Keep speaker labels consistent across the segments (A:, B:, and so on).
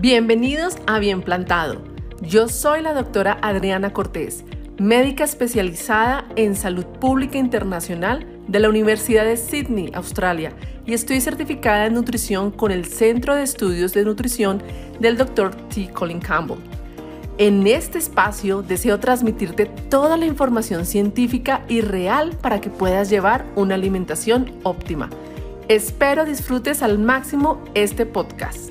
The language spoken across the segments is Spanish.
A: Bienvenidos a Bien Plantado. Yo soy la doctora Adriana Cortés, médica especializada en salud pública internacional de la Universidad de Sydney, Australia, y estoy certificada en nutrición con el Centro de Estudios de Nutrición del Dr. T. Colin Campbell. En este espacio deseo transmitirte toda la información científica y real para que puedas llevar una alimentación óptima. Espero disfrutes al máximo este podcast.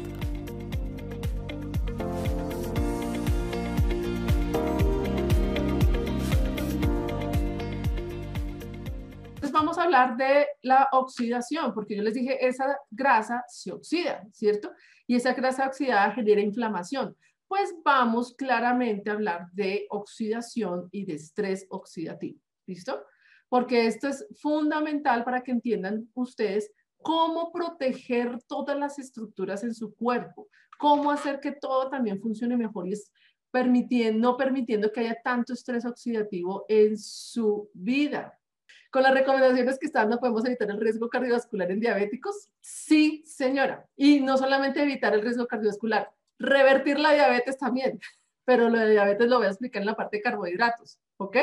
A: Vamos a hablar de la oxidación, porque yo les dije, esa grasa se oxida, ¿cierto? Y esa grasa oxidada genera inflamación. Pues vamos claramente a hablar de oxidación y de estrés oxidativo, ¿listo? Porque esto es fundamental para que entiendan ustedes cómo proteger todas las estructuras en su cuerpo, cómo hacer que todo también funcione mejor y es no permitiendo que haya tanto estrés oxidativo en su vida. Con las recomendaciones que están, ¿no podemos evitar el riesgo cardiovascular en diabéticos? Sí, señora. Y no solamente evitar el riesgo cardiovascular, revertir la diabetes también. Pero lo de diabetes lo voy a explicar en la parte de carbohidratos, ¿ok?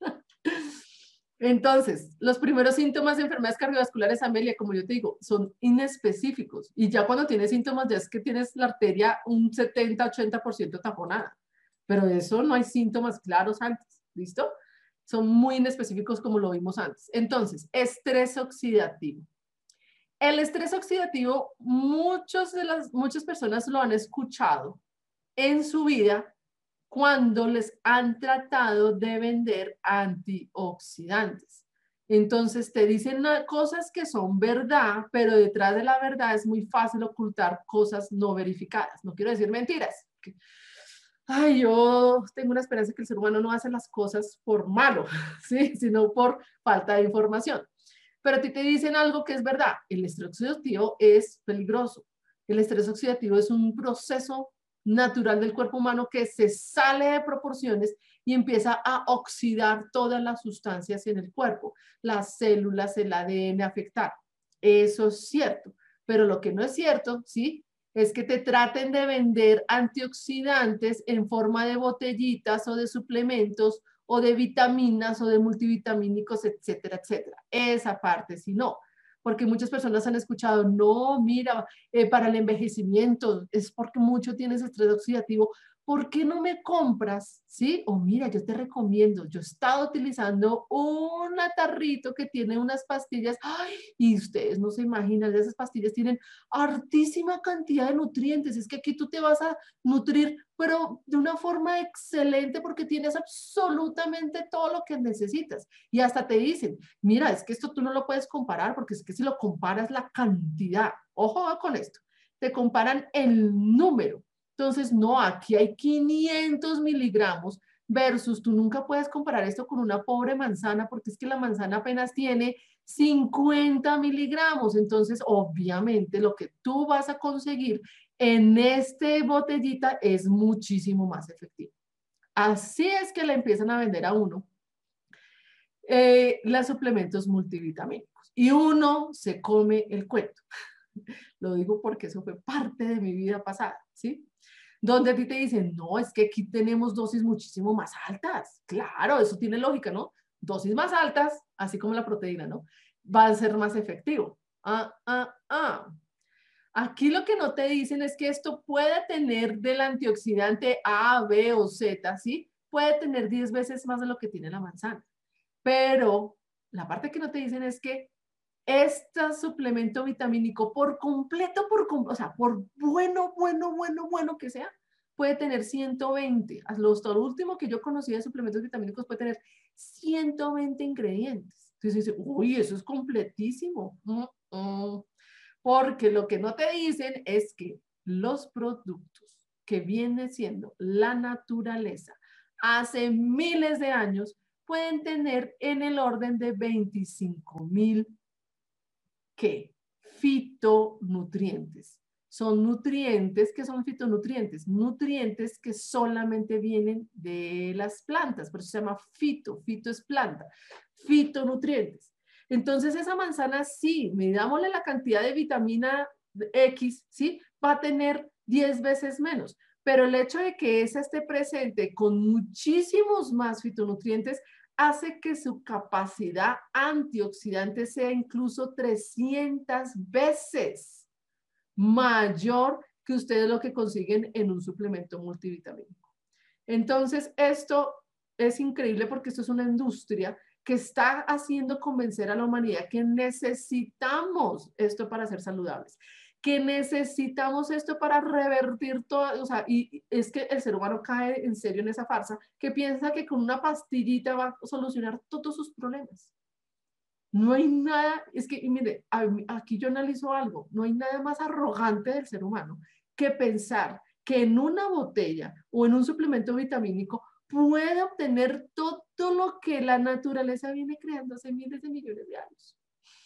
A: Entonces, los primeros síntomas de enfermedades cardiovasculares, Amelia, como yo te digo, son inespecíficos. Y ya cuando tienes síntomas, ya es que tienes la arteria un 70-80% taponada. Pero eso no hay síntomas claros antes, ¿listo? Son muy inespecíficos como lo vimos antes. Entonces, estrés oxidativo. El estrés oxidativo, muchas personas lo han escuchado en su vida cuando les han tratado de vender antioxidantes. Entonces, te dicen cosas que son verdad, pero detrás de la verdad es muy fácil ocultar cosas no verificadas. No quiero decir mentiras. Ay, yo tengo una esperanza que el ser humano no hace las cosas por malo, ¿sí? Sino por falta de información. Pero a ti te dicen algo que es verdad. El estrés oxidativo es peligroso. El estrés oxidativo es un proceso natural del cuerpo humano que se sale de proporciones y empieza a oxidar todas las sustancias en el cuerpo, las células, el ADN, afectar. Eso es cierto. Pero lo que no es cierto, ¿sí?, es que te traten de vender antioxidantes en forma de botellitas o de suplementos o de vitaminas o de multivitamínicos, etcétera, etcétera. Esa parte sí no, porque muchas personas han escuchado, no, mira, para el envejecimiento es porque mucho tienes estrés oxidativo. ¿Por qué no me compras? ¿Sí? O mira, yo te recomiendo, yo he estado utilizando un tarrito que tiene unas pastillas, ¡ay! Y ustedes no se imaginan, esas pastillas tienen hartísima cantidad de nutrientes. Es que aquí tú te vas a nutrir, pero de una forma excelente porque tienes absolutamente todo lo que necesitas. Y hasta te dicen, mira, es que esto tú no lo puedes comparar porque es que si lo comparas la cantidad, ojo con esto, te comparan el número. Entonces, no, aquí hay 500 miligramos versus tú nunca puedes comparar esto con una pobre manzana porque es que la manzana apenas tiene 50 miligramos. Entonces, obviamente, lo que tú vas a conseguir en este botellita es muchísimo más efectivo. Así es que le empiezan a vender a uno los suplementos multivitamínicos. Y uno se come el cuento. Lo digo porque eso fue parte de mi vida pasada, ¿sí? Donde a ti te dicen, no, es que aquí tenemos dosis muchísimo más altas. Claro, eso tiene lógica, ¿no? Dosis más altas, así como la proteína, ¿no? Va a ser más efectivo. Aquí lo que no te dicen es que esto puede tener del antioxidante A, B o Z, ¿sí? Puede tener 10 veces más de lo que tiene la manzana. Pero la parte que no te dicen es que este suplemento vitamínico por completo, o sea, por bueno que sea, puede tener 120. Hasta lo último que yo conocí de suplementos vitamínicos puede tener 120 ingredientes. Entonces dice, uy, eso es completísimo. Porque lo que no te dicen es que los productos que viene siendo la naturaleza hace miles de años pueden tener en el orden de 25,000 ¿qué? Fitonutrientes. Son nutrientes que son fitonutrientes, nutrientes que solamente vienen de las plantas, por eso se llama fito, fito es planta, fitonutrientes. Entonces esa manzana sí, midámosle la cantidad de vitamina X, ¿sí? Va a tener 10 veces menos. Pero el hecho de que esa esté presente con muchísimos más fitonutrientes hace que su capacidad antioxidante sea incluso 300 veces mayor que ustedes lo que consiguen en un suplemento multivitamínico. Entonces, esto es increíble porque esto es una industria que está haciendo convencer a la humanidad que necesitamos esto para ser saludables, que necesitamos esto para revertir todo, o sea, y es que el ser humano cae en serio en esa farsa, que piensa que con una pastillita va a solucionar todos sus problemas. No hay nada, es que, mire, aquí yo analizo algo, no hay nada más arrogante del ser humano que pensar que en una botella o en un suplemento vitamínico puede obtener todo lo que la naturaleza viene creando hace miles de millones de años.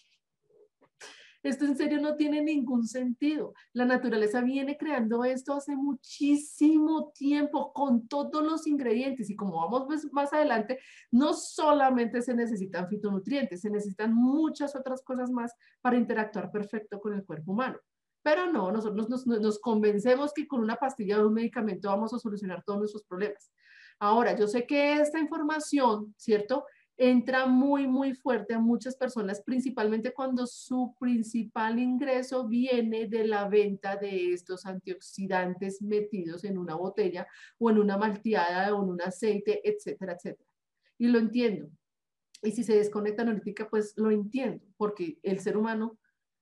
A: Esto en serio no tiene ningún sentido. La naturaleza viene creando esto hace muchísimo tiempo con todos los ingredientes y como vamos más adelante, no solamente se necesitan fitonutrientes, se necesitan muchas otras cosas más para interactuar perfecto con el cuerpo humano. Pero no, nosotros nos convencemos que con una pastilla o un medicamento vamos a solucionar todos nuestros problemas. Ahora, yo sé que esta información, ¿cierto?, entra muy, muy fuerte a muchas personas, principalmente cuando su principal ingreso viene de la venta de estos antioxidantes metidos en una botella o en una malteada o en un aceite, etcétera, etcétera. Y lo entiendo. Y si se desconectan ahorita, pues lo entiendo, porque el ser humano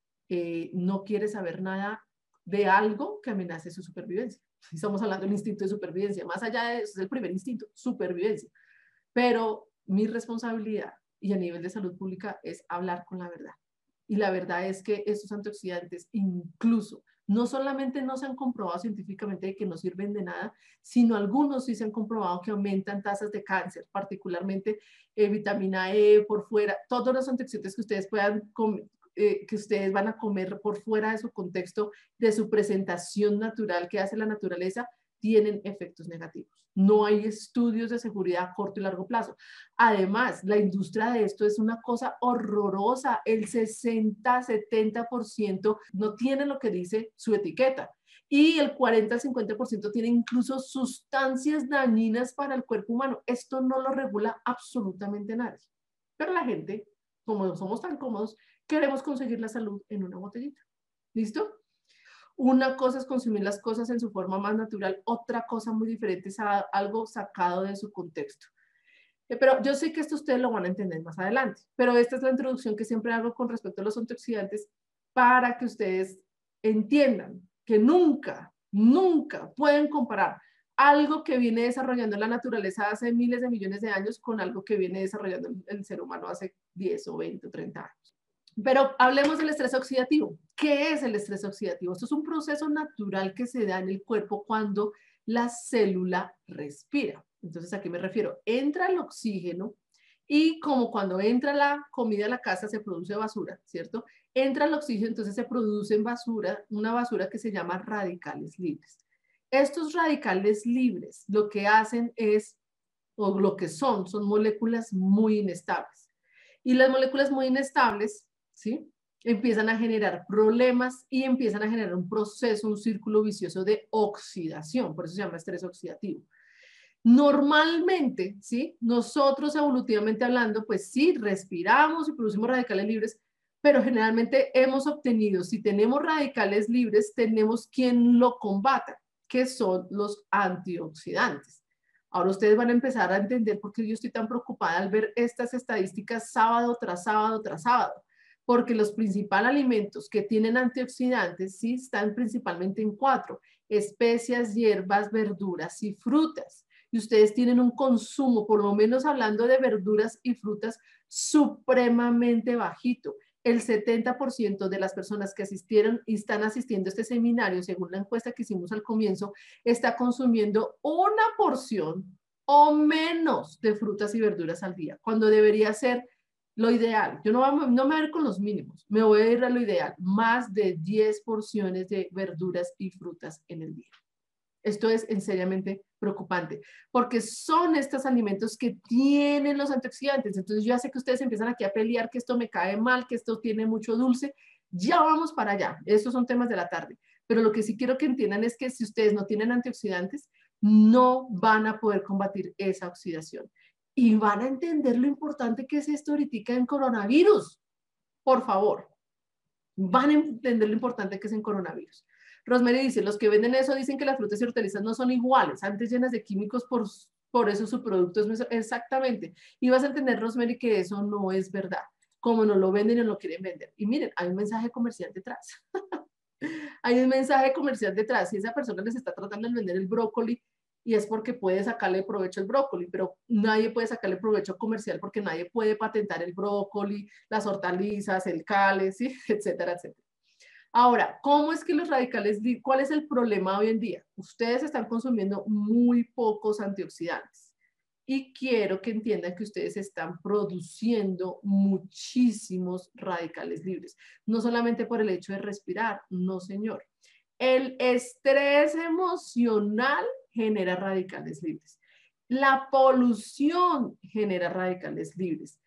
A: no quiere saber nada de algo que amenace su supervivencia. Estamos hablando del instinto de supervivencia. Más allá de eso, es el primer instinto, supervivencia. Pero mi responsabilidad y a nivel de salud pública es hablar con la verdad. Y la verdad es que estos antioxidantes incluso no solamente no se han comprobado científicamente de que no sirven de nada, sino algunos sí se han comprobado que aumentan tasas de cáncer, particularmente vitamina E por fuera, todos los antioxidantes que ustedes puedan que ustedes van a comer por fuera de su contexto, de su presentación natural que hace la naturaleza, tienen efectos negativos. No hay estudios de seguridad a corto y largo plazo. Además, la industria de esto es una cosa horrorosa. El 60-70% no tiene lo que dice su etiqueta. Y el 40-50% tiene incluso sustancias dañinas para el cuerpo humano. Esto no lo regula absolutamente nadie. Pero la gente, como somos tan cómodos, queremos conseguir la salud en una botellita. ¿Listo? Una cosa es consumir las cosas en su forma más natural, otra cosa muy diferente es algo sacado de su contexto. Pero yo sé que esto ustedes lo van a entender más adelante, pero esta es la introducción que siempre hago con respecto a los antioxidantes para que ustedes entiendan que nunca, nunca pueden comparar algo que viene desarrollando la naturaleza hace miles de millones de años con algo que viene desarrollando el ser humano hace 10 o 20 o 30 años. Pero hablemos del estrés oxidativo. ¿Qué es el estrés oxidativo? Esto es un proceso natural que se da en el cuerpo cuando la célula respira. Entonces, ¿a qué me refiero? Entra el oxígeno y como cuando entra la comida a la casa se produce basura, ¿cierto? Entra el oxígeno, entonces se produce basura, una basura que se llama radicales libres. Estos radicales libres lo que hacen es, o lo que son moléculas muy inestables. Y las moléculas muy inestables, ¿sí?, empiezan a generar problemas y empiezan a generar un proceso, un círculo vicioso de oxidación, por eso se llama estrés oxidativo. Normalmente, ¿sí?, nosotros evolutivamente hablando, pues sí, respiramos y producimos radicales libres, pero generalmente hemos obtenido, si tenemos radicales libres, tenemos quien lo combata, que son los antioxidantes. Ahora ustedes van a empezar a entender por qué yo estoy tan preocupada al ver estas estadísticas sábado tras sábado tras sábado. Porque los principales alimentos que tienen antioxidantes sí están principalmente en 4: especias, hierbas, verduras y frutas. Y ustedes tienen un consumo, por lo menos hablando de verduras y frutas, supremamente bajito. El 70% de las personas que asistieron y están asistiendo a este seminario, según la encuesta que hicimos al comienzo, está consumiendo una porción o menos de frutas y verduras al día, cuando debería ser lo ideal. Yo no me voy a ir con los mínimos, me voy a ir a lo ideal, más de 10 porciones de verduras y frutas en el día. Esto es seriamente preocupante, porque son estos alimentos que tienen los antioxidantes. Entonces yo ya sé que ustedes empiezan aquí a pelear que esto me cae mal, que esto tiene mucho dulce. Ya vamos para allá. Estos son temas de la tarde. Pero lo que sí quiero que entiendan es que si ustedes no tienen antioxidantes, no van a poder combatir esa oxidación. Y van a entender lo importante que es esto ahorita en coronavirus. Por favor, van a entender lo importante que es en coronavirus. Rosemary dice, los que venden eso dicen que las frutas y hortalizas no son iguales, antes llenas de químicos, por eso su producto es exactamente. Y vas a entender, Rosemary, que eso no es verdad. Como no lo venden y no lo quieren vender. Y miren, hay un mensaje comercial detrás. Hay un mensaje comercial detrás. Si esa persona les está tratando de vender el brócoli, y es porque puede sacarle provecho al brócoli, pero nadie puede sacarle provecho comercial porque nadie puede patentar el brócoli, las hortalizas, el cale, ¿sí? Etcétera, etcétera. Ahora, ¿cómo es que los radicales, cuál es el problema hoy en día? Ustedes están consumiendo muy pocos antioxidantes y quiero que entiendan que ustedes están produciendo muchísimos radicales libres, no solamente por el hecho de respirar, no señor. El estrés emocional genera radicales libres. La polución genera radicales libres.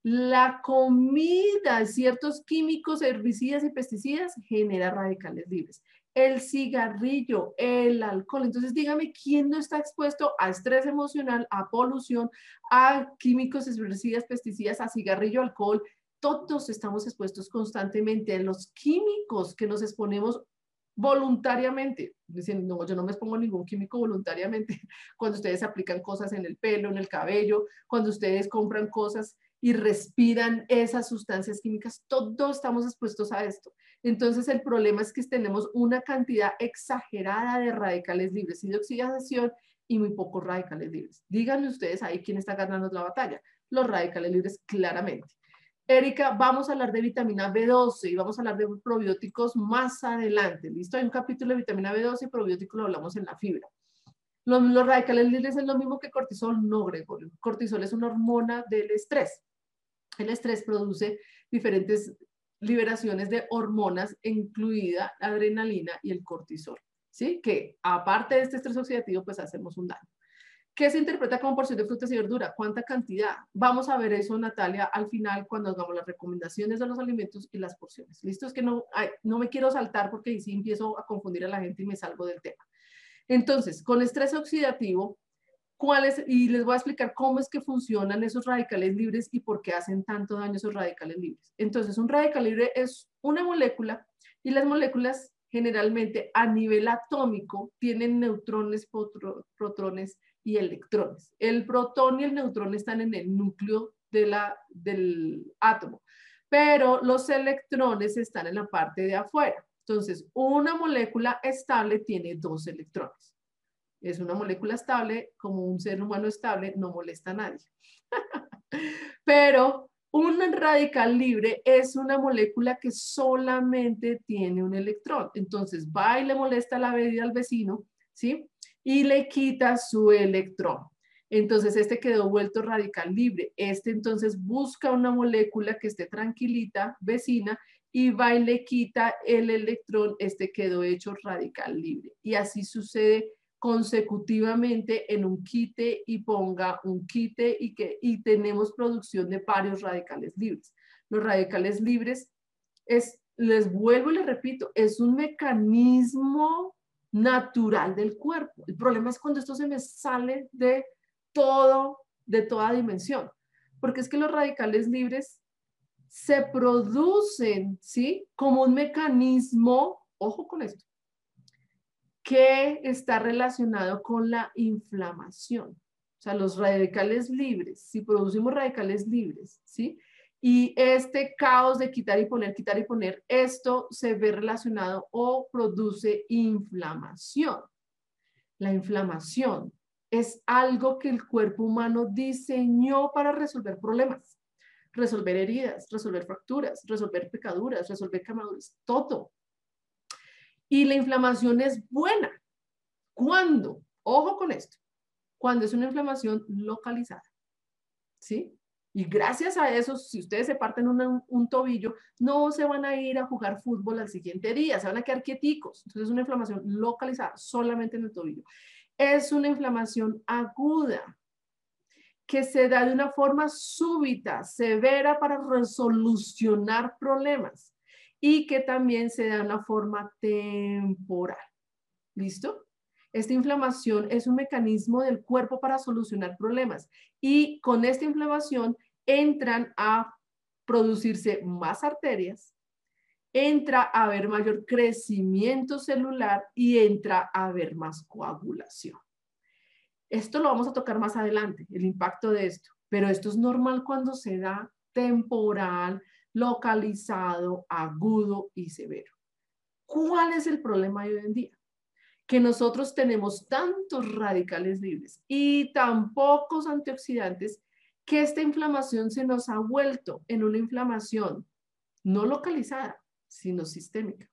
A: La comida, ciertos químicos, herbicidas y pesticidas genera radicales libres. El cigarrillo, el alcohol. Entonces dígame, ¿quién no está expuesto a estrés emocional, a polución, a químicos, herbicidas, pesticidas, a cigarrillo, alcohol? Todos estamos expuestos constantemente a los químicos que nos exponemos voluntariamente. Dicen, no, yo no me expongo ningún químico voluntariamente. Cuando ustedes aplican cosas en el pelo, en el cabello, cuando ustedes compran cosas y respiran esas sustancias químicas, todos estamos expuestos a esto. Entonces el problema es que tenemos una cantidad exagerada de radicales libres y de oxidación y muy pocos radicales libres. Díganme ustedes ahí quién está ganando la batalla. Los radicales libres, claramente. Erika, vamos a hablar de vitamina B12 y vamos a hablar de probióticos más adelante. ¿Listo? Hay un capítulo de vitamina B12 y probióticos lo hablamos en la fibra. Los radicales libres es lo mismo que cortisol, no, Gregorio. Cortisol es una hormona del estrés. El estrés produce diferentes liberaciones de hormonas, incluida la adrenalina y el cortisol, ¿sí? Que aparte de este estrés oxidativo, pues hacemos un daño. ¿Qué se interpreta como porción de frutas y verdura? ¿Cuánta cantidad? Vamos a ver eso, Natalia, al final cuando hagamos las recomendaciones de los alimentos y las porciones. ¿Listo? Es que no me quiero saltar porque ahí sí empiezo a confundir a la gente y me salgo del tema. Entonces, con estrés oxidativo, y les voy a explicar cómo es que funcionan esos radicales libres y por qué hacen tanto daño esos radicales libres. Entonces, un radical libre es una molécula y las moléculas generalmente a nivel atómico tienen neutrones, protones y electrones. El protón y el neutrón están en el núcleo del átomo, pero los electrones están en la parte de afuera. Entonces, una molécula estable tiene 2 electrones. Es una molécula estable, como un ser humano estable, no molesta a nadie. Pero un radical libre es una molécula que solamente tiene un electrón. Entonces va y le molesta la vida al vecino, ¿sí? Y le quita su electrón. Entonces este quedó vuelto radical libre. Este entonces busca una molécula que esté tranquilita, vecina, y va y le quita el electrón. Este quedó hecho radical libre. Y así sucede consecutivamente en un quite y ponga un quite y tenemos producción de varios radicales libres. Los radicales libres les vuelvo y les repito, es un mecanismo natural del cuerpo. El problema es cuando esto se me sale de toda dimensión, porque es que los radicales libres se producen, ¿sí? Como un mecanismo, ojo con esto, que está relacionado con la inflamación. O sea, los radicales libres, si producimos radicales libres, ¿sí? Y este caos de quitar y poner, esto se ve relacionado o produce inflamación. La inflamación es algo que el cuerpo humano diseñó para resolver problemas, resolver heridas, resolver fracturas, resolver picaduras, resolver quemaduras, todo. Y la inflamación es buena. ¿Cuándo? Ojo con esto. Cuando es una inflamación localizada. ¿Sí? Y gracias a eso, si ustedes se parten un tobillo, no se van a ir a jugar fútbol al siguiente día, se van a quedar quieticos. Entonces es una inflamación localizada, solamente en el tobillo. Es una inflamación aguda, que se da de una forma súbita, severa para resolucionar problemas. y que también se da de una forma temporal. ¿Listo? Esta inflamación es un mecanismo del cuerpo para solucionar problemas y con esta inflamación entran a producirse más arterias, entra a haber mayor crecimiento celular y entra a haber más coagulación. Esto lo vamos a tocar más adelante, el impacto de esto, pero esto es normal cuando se da temporal, localizado, agudo y severo. ¿Cuál es el problema de hoy en día? Que nosotros tenemos tantos radicales libres y tan pocos antioxidantes que esta inflamación se nos ha vuelto en una inflamación no localizada, sino sistémica.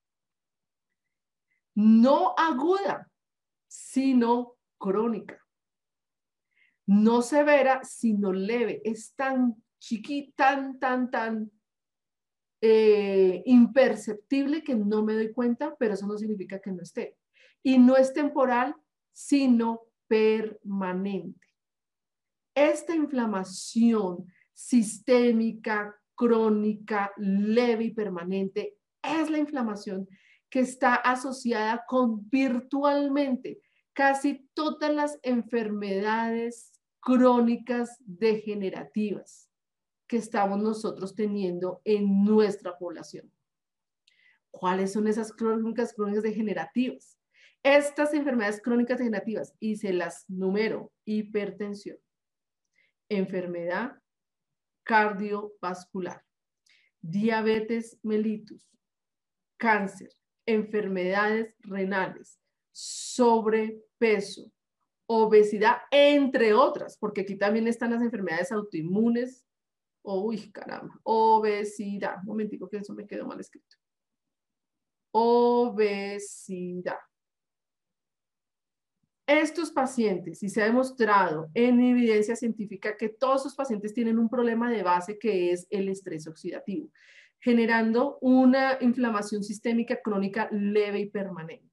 A: No aguda, sino crónica. No severa, sino leve. Es tan chiquita, tan imperceptible que no me doy cuenta, pero eso no significa que no esté. Y no es temporal, sino permanente. Esta inflamación sistémica, crónica, leve y permanente es la inflamación que está asociada con virtualmente casi todas las enfermedades crónicas degenerativas que estamos nosotros teniendo en nuestra población. ¿Cuáles son esas crónicas degenerativas? Estas enfermedades crónicas degenerativas, y se las numero: hipertensión, enfermedad cardiovascular, diabetes mellitus, cáncer, enfermedades renales, sobrepeso, obesidad, entre otras, porque aquí también están las enfermedades autoinmunes. Uy, caramba, obesidad. Un momentico que eso me quedó mal escrito. Obesidad. Estos pacientes, y se ha demostrado en evidencia científica que todos estos pacientes tienen un problema de base que es el estrés oxidativo, generando una inflamación sistémica crónica leve y permanente.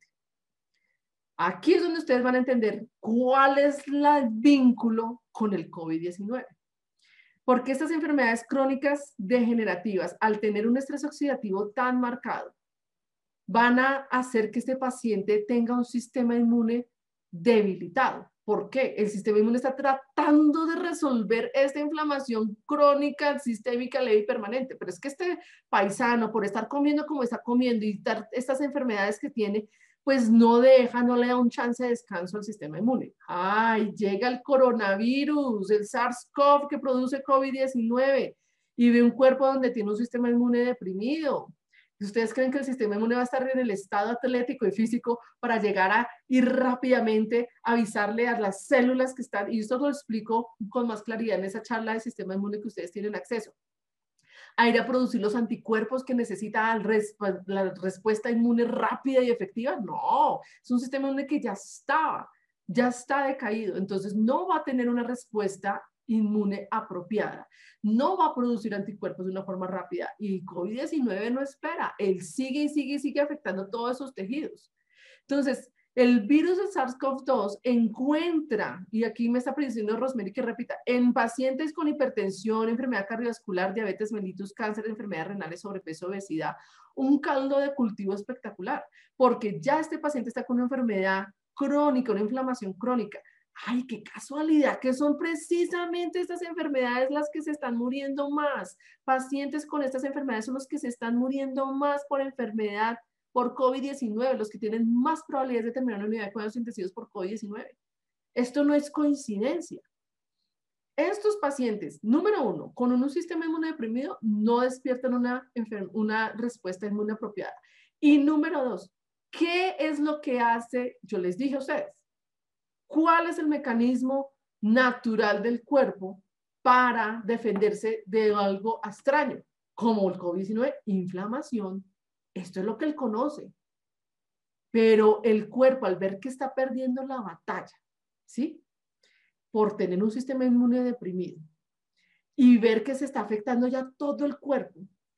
A: Aquí es donde ustedes van a entender cuál es el vínculo con el COVID-19. Porque estas enfermedades crónicas degenerativas, al tener un estrés oxidativo tan marcado, van a hacer que este paciente tenga un sistema inmune debilitado. ¿Por qué? El sistema inmune está tratando de resolver esta inflamación crónica, sistémica, leve y permanente, pero es que este paisano, por estar comiendo como está comiendo y estas enfermedades que tiene, pues no deja, no le da un chance de descanso al sistema inmune. ¡Ay! Llega el coronavirus, el SARS-CoV que produce COVID-19 y ve un cuerpo donde tiene un sistema inmune deprimido. ¿Ustedes creen que el sistema inmune va a estar en el estado atlético y físico para llegar a ir rápidamente a avisarle a las células que están? Y esto lo explico con más claridad en esa charla de sistema inmune que ustedes tienen acceso. A ir a producir los anticuerpos que necesita la respuesta inmune rápida y efectiva. No, es un sistema inmune que ya está decaído. Entonces no va a tener una respuesta inmune apropiada. No va a producir anticuerpos de una forma rápida. Y COVID-19 no espera. Él sigue y sigue y sigue afectando todos esos tejidos. Entonces, el virus del SARS-CoV-2 encuentra, y aquí me está pidiendo Rosemary que repita, en pacientes con hipertensión, enfermedad cardiovascular, diabetes mellitus, cáncer, enfermedades renales, sobrepeso, obesidad, un caldo de cultivo espectacular, porque ya este paciente está con una enfermedad crónica, una inflamación crónica. ¡Ay, qué casualidad! Que son precisamente estas enfermedades las que se están muriendo más. Pacientes con estas enfermedades son los que se están muriendo más por enfermedad, por COVID-19, los que tienen más probabilidades de terminar en la unidad de cuidados intensivos por COVID-19. Esto no es coincidencia. Estos pacientes, número uno, con un sistema inmune deprimido, no despiertan una respuesta inmune apropiada. Y número dos, ¿qué es lo que hace? Yo les dije a ustedes, ¿cuál es el mecanismo natural del cuerpo para defenderse de algo extraño? Como el COVID-19, inflamación. Esto es lo que él conoce. Pero el cuerpo, al ver que está perdiendo la batalla, ¿sí? Por tener un sistema inmune deprimido y ver que se está afectando ya todo el cuerpo,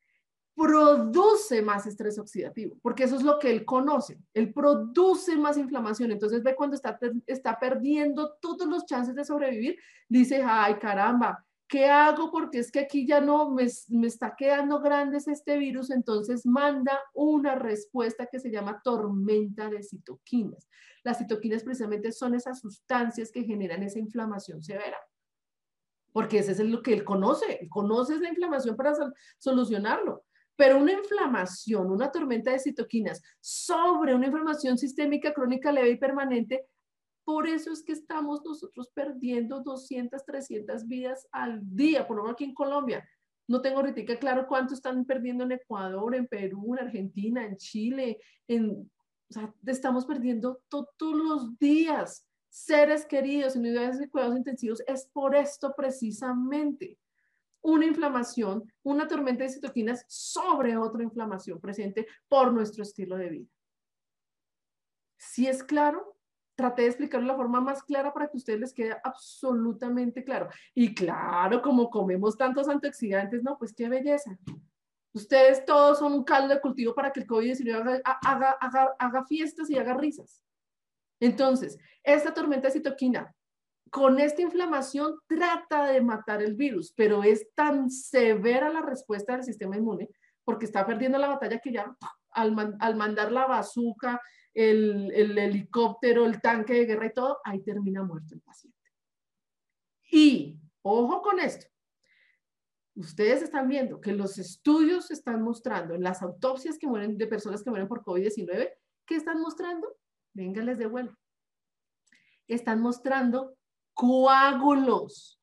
A: produce más estrés oxidativo, porque eso es lo que él conoce. Él produce más inflamación. Entonces ve cuando está perdiendo todos los chances de sobrevivir, dice, ay caramba, ¿Qué hago? Porque es que aquí ya no me está quedando grande este virus, entonces manda una respuesta que se llama tormenta de citoquinas. Las citoquinas precisamente son esas sustancias que generan esa inflamación severa. Porque ese es lo que él conoce la inflamación para solucionarlo. Pero una inflamación, una tormenta de citoquinas sobre una inflamación sistémica crónica leve y permanente, por eso es que estamos nosotros perdiendo 200, 300 vidas al día, por lo menos aquí en Colombia. No tengo ahorita claro cuánto están perdiendo en Ecuador, en Perú, en Argentina, en Chile, o sea, estamos perdiendo todos los días seres queridos en unidades de cuidados intensivos. Es por esto precisamente. Una inflamación, una tormenta de citoquinas sobre otra inflamación presente por nuestro estilo de vida. ¿Sí es claro? Traté de explicarlo de la forma más clara para que a ustedes les quede absolutamente claro. Y claro, como comemos tantos antioxidantes, no, pues qué belleza. Ustedes todos son un caldo de cultivo para que el COVID-19 haga fiestas y haga risas. Entonces, esta tormenta de citoquina, con esta inflamación, trata de matar el virus, pero es tan severa la respuesta del sistema inmune, porque está perdiendo la batalla que ya al mandar la bazuca, el helicóptero, el tanque de guerra y todo, ahí termina muerto el paciente. Y, ojo con esto, ustedes están viendo que los estudios están mostrando en las autopsias que mueren de personas que mueren por COVID-19, ¿qué están mostrando? Venga, les devuelvo. Están mostrando coágulos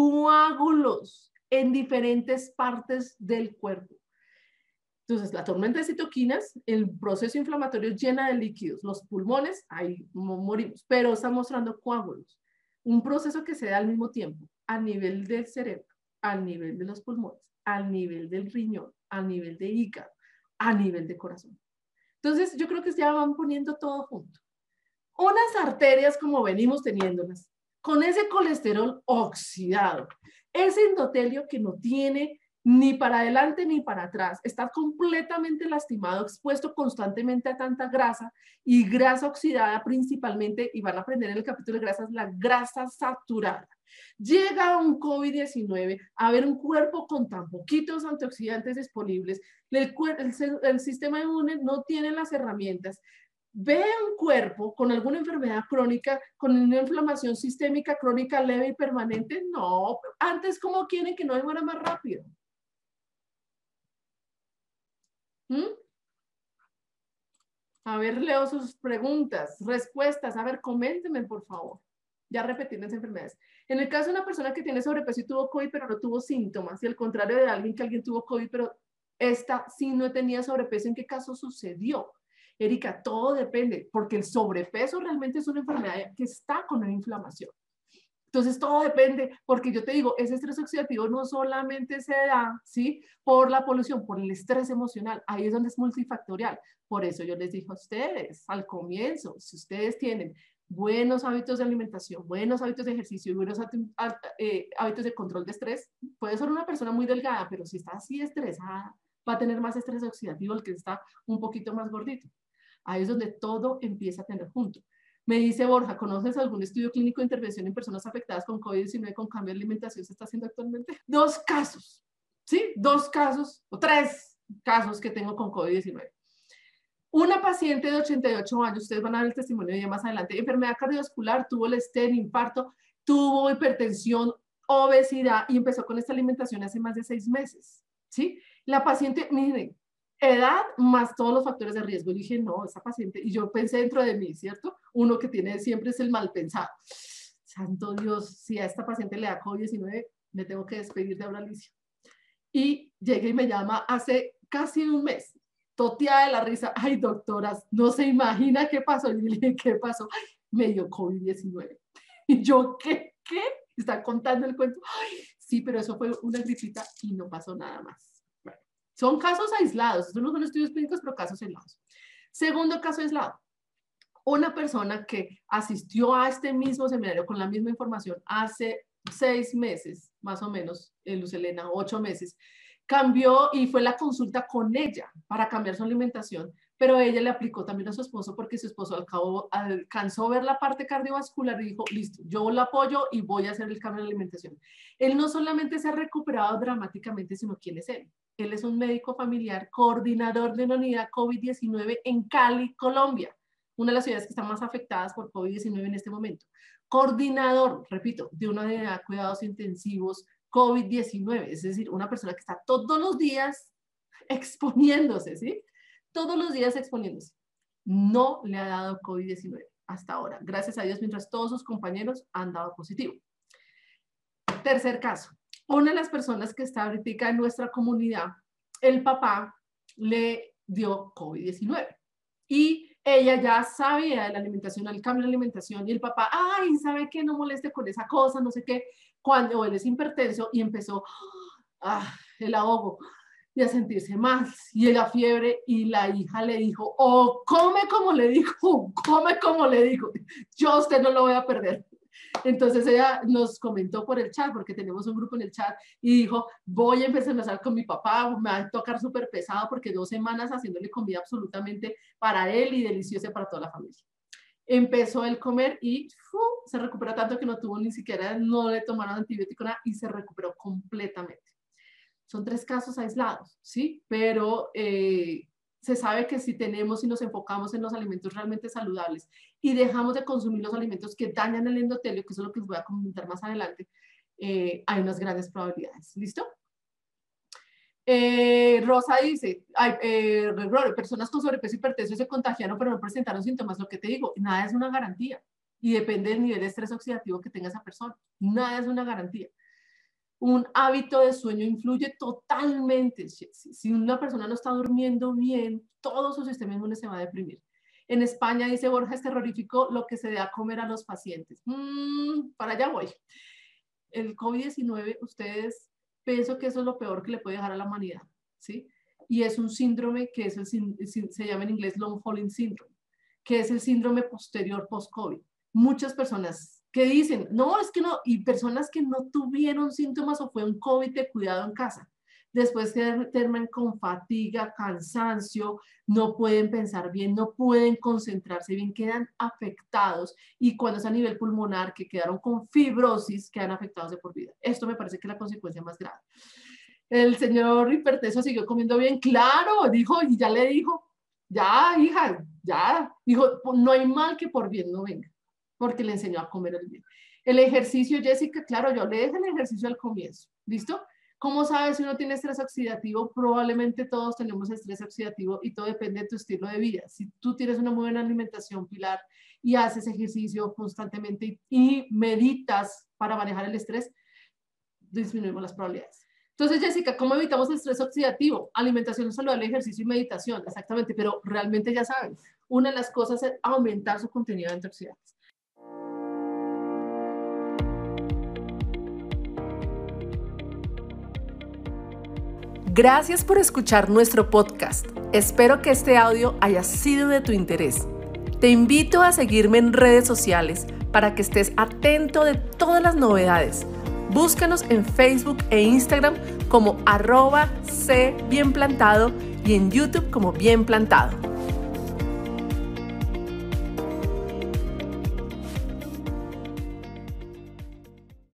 A: en diferentes partes del cuerpo. Entonces, la tormenta de citoquinas, el proceso inflamatorio llena de líquidos, los pulmones, ahí morimos, pero está mostrando coágulos. Un proceso que se da al mismo tiempo, a nivel del cerebro, a nivel de los pulmones, a nivel del riñón, a nivel de hígado, a nivel de corazón. Entonces, yo creo que ya van poniendo todo junto. Unas arterias como venimos teniéndolas, con ese colesterol oxidado, ese endotelio que no tiene ni para adelante ni para atrás, está completamente lastimado, expuesto constantemente a tanta grasa y grasa oxidada principalmente, y van a aprender en el capítulo de grasas, la grasa saturada. Llega un COVID-19 a ver un cuerpo con tan poquitos antioxidantes disponibles, el sistema inmune no tiene las herramientas, ve un cuerpo con alguna enfermedad crónica, con una inflamación sistémica crónica leve y permanente, no, antes ¿cómo quieren que no muera más rápido? A ver, leo sus preguntas, respuestas. A ver, coméntenme, por favor. Ya repetí las enfermedades. En el caso de una persona que tiene sobrepeso y tuvo COVID, pero no tuvo síntomas, y al contrario de alguien tuvo COVID, pero esta sí no tenía sobrepeso, ¿en qué caso sucedió? Erika, todo depende, porque el sobrepeso realmente es una enfermedad que está con una inflamación. Entonces, todo depende, porque yo te digo, ese estrés oxidativo no solamente se da, ¿sí? Por la polución, por el estrés emocional. Ahí es donde es multifactorial. Por eso yo les dije a ustedes al comienzo, si ustedes tienen buenos hábitos de alimentación, buenos hábitos de ejercicio y buenos hábitos de control de estrés, puede ser una persona muy delgada, pero si está así estresada, va a tener más estrés oxidativo el que está un poquito más gordito. Ahí es donde todo empieza a tener junto. Me dice Borja, ¿conoces algún estudio clínico de intervención en personas afectadas con COVID-19 con cambio de alimentación se está haciendo actualmente? 2 casos, ¿sí? 2 casos o 3 casos que tengo con COVID-19. Una paciente de 88 años, ustedes van a ver el testimonio ya más adelante, enfermedad cardiovascular, tuvo el stent, infarto, tuvo hipertensión, obesidad y empezó con esta alimentación hace más de 6 meses, ¿sí? La paciente, miren, edad más todos los factores de riesgo. Yo dije, no, esa paciente, y yo pensé dentro de mí, ¿cierto? Uno que tiene siempre es el mal pensado. Santo Dios, si a esta paciente le da COVID-19, me tengo que despedir de Auralicia. Y llega y me llama hace casi un mes, toteada de la risa. Ay, doctoras, no se imagina qué pasó. Y le dije, ¿qué pasó? Ay, me dio COVID-19. Y yo, ¿qué? Está contando el cuento. Ay, sí, pero eso fue una gripita y no pasó nada más. Son casos aislados, estos no son estudios clínicos, pero casos aislados. Segundo caso aislado, una persona que asistió a este mismo seminario con la misma información hace 6 meses, más o menos, Luz Helena, 8 meses, cambió y fue la consulta con ella para cambiar su alimentación, pero ella le aplicó también a su esposo porque su esposo alcanzó a ver la parte cardiovascular y dijo, listo, yo lo apoyo y voy a hacer el cambio de alimentación. Él no solamente se ha recuperado dramáticamente, sino ¿quién es él? Él es un médico familiar, coordinador de una unidad COVID-19 en Cali, Colombia, una de las ciudades que están más afectadas por COVID-19 en este momento. Coordinador, repito, de una unidad de cuidados intensivos COVID-19, es decir, una persona que está todos los días exponiéndose, ¿sí? Todos los días exponiéndose. No le ha dado COVID-19 hasta ahora. Gracias a Dios, mientras todos sus compañeros han dado positivo. Tercer caso. Una de las personas que está ahorita en nuestra comunidad, el papá le dio COVID-19 y ella ya sabía de la alimentación, el cambio de alimentación y el papá, ay, ¿sabe qué? No moleste con esa cosa, no sé qué. Cuando él es hipertenso y empezó el ahogo y a sentirse mal y la fiebre y la hija le dijo, oh, come como le dijo, come como le dijo, yo a usted no lo voy a perder. Entonces ella nos comentó por el chat, porque tenemos un grupo en el chat, y dijo, voy a empezar a hablar con mi papá, me va a tocar súper pesado porque 2 semanas haciéndole comida absolutamente para él y deliciosa para toda la familia. Empezó el comer y se recuperó tanto que no tuvo ni siquiera, no le tomaron antibiótico nada y se recuperó completamente. Son 3 casos aislados, ¿sí? Pero se sabe que si tenemos y nos enfocamos en los alimentos realmente saludables y dejamos de consumir los alimentos que dañan el endotelio, que eso es lo que les voy a comentar más adelante, hay unas grandes probabilidades. ¿Listo? Rosa dice, personas con sobrepeso y hipertensión se contagiaron pero no presentaron síntomas. Lo que te digo, nada es una garantía y depende del nivel de estrés oxidativo que tenga esa persona. Nada es una garantía. Un hábito de sueño influye totalmente. Si una persona no está durmiendo bien, todo su sistema inmune se va a deprimir. En España, dice Borja, es terrorífico lo que se da a comer a los pacientes. Para allá voy. El COVID-19, ustedes, pienso que eso es lo peor que le puede dejar a la humanidad, ¿sí? Y es un síndrome que es se llama en inglés long hauling syndrome, que es el síndrome posterior post-COVID. Muchas personas que dicen, no, es que no, y personas que no tuvieron síntomas o fue un COVID de cuidado en casa, después terminan con fatiga, cansancio, no pueden pensar bien, no pueden concentrarse bien, quedan afectados y cuando es a nivel pulmonar, que quedaron con fibrosis, quedan afectados de por vida. Esto me parece que es la consecuencia más grave. El señor hipertenso siguió comiendo bien, claro, dijo, y ya le dijo, ya, hija, ya, dijo, no hay mal que por bien no venga, porque le enseñó a comer el bien. El ejercicio, Jessica, claro, yo le dejé el ejercicio al comienzo, ¿listo? ¿Cómo sabes si uno tiene estrés oxidativo? Probablemente todos tenemos estrés oxidativo y todo depende de tu estilo de vida. Si tú tienes una muy buena alimentación, Pilar, y haces ejercicio constantemente y meditas para manejar el estrés, disminuimos las probabilidades. Entonces, Jessica, ¿cómo evitamos el estrés oxidativo? Alimentación saludable, ejercicio y meditación, exactamente, pero realmente ya saben, una de las cosas es aumentar su contenido de antioxidantes.
B: Gracias por escuchar nuestro podcast. Espero que este audio haya sido de tu interés. Te invito a seguirme en redes sociales para que estés atento de todas las novedades. Búscanos en Facebook e Instagram como @cbienplantado y en YouTube como Bien Plantado.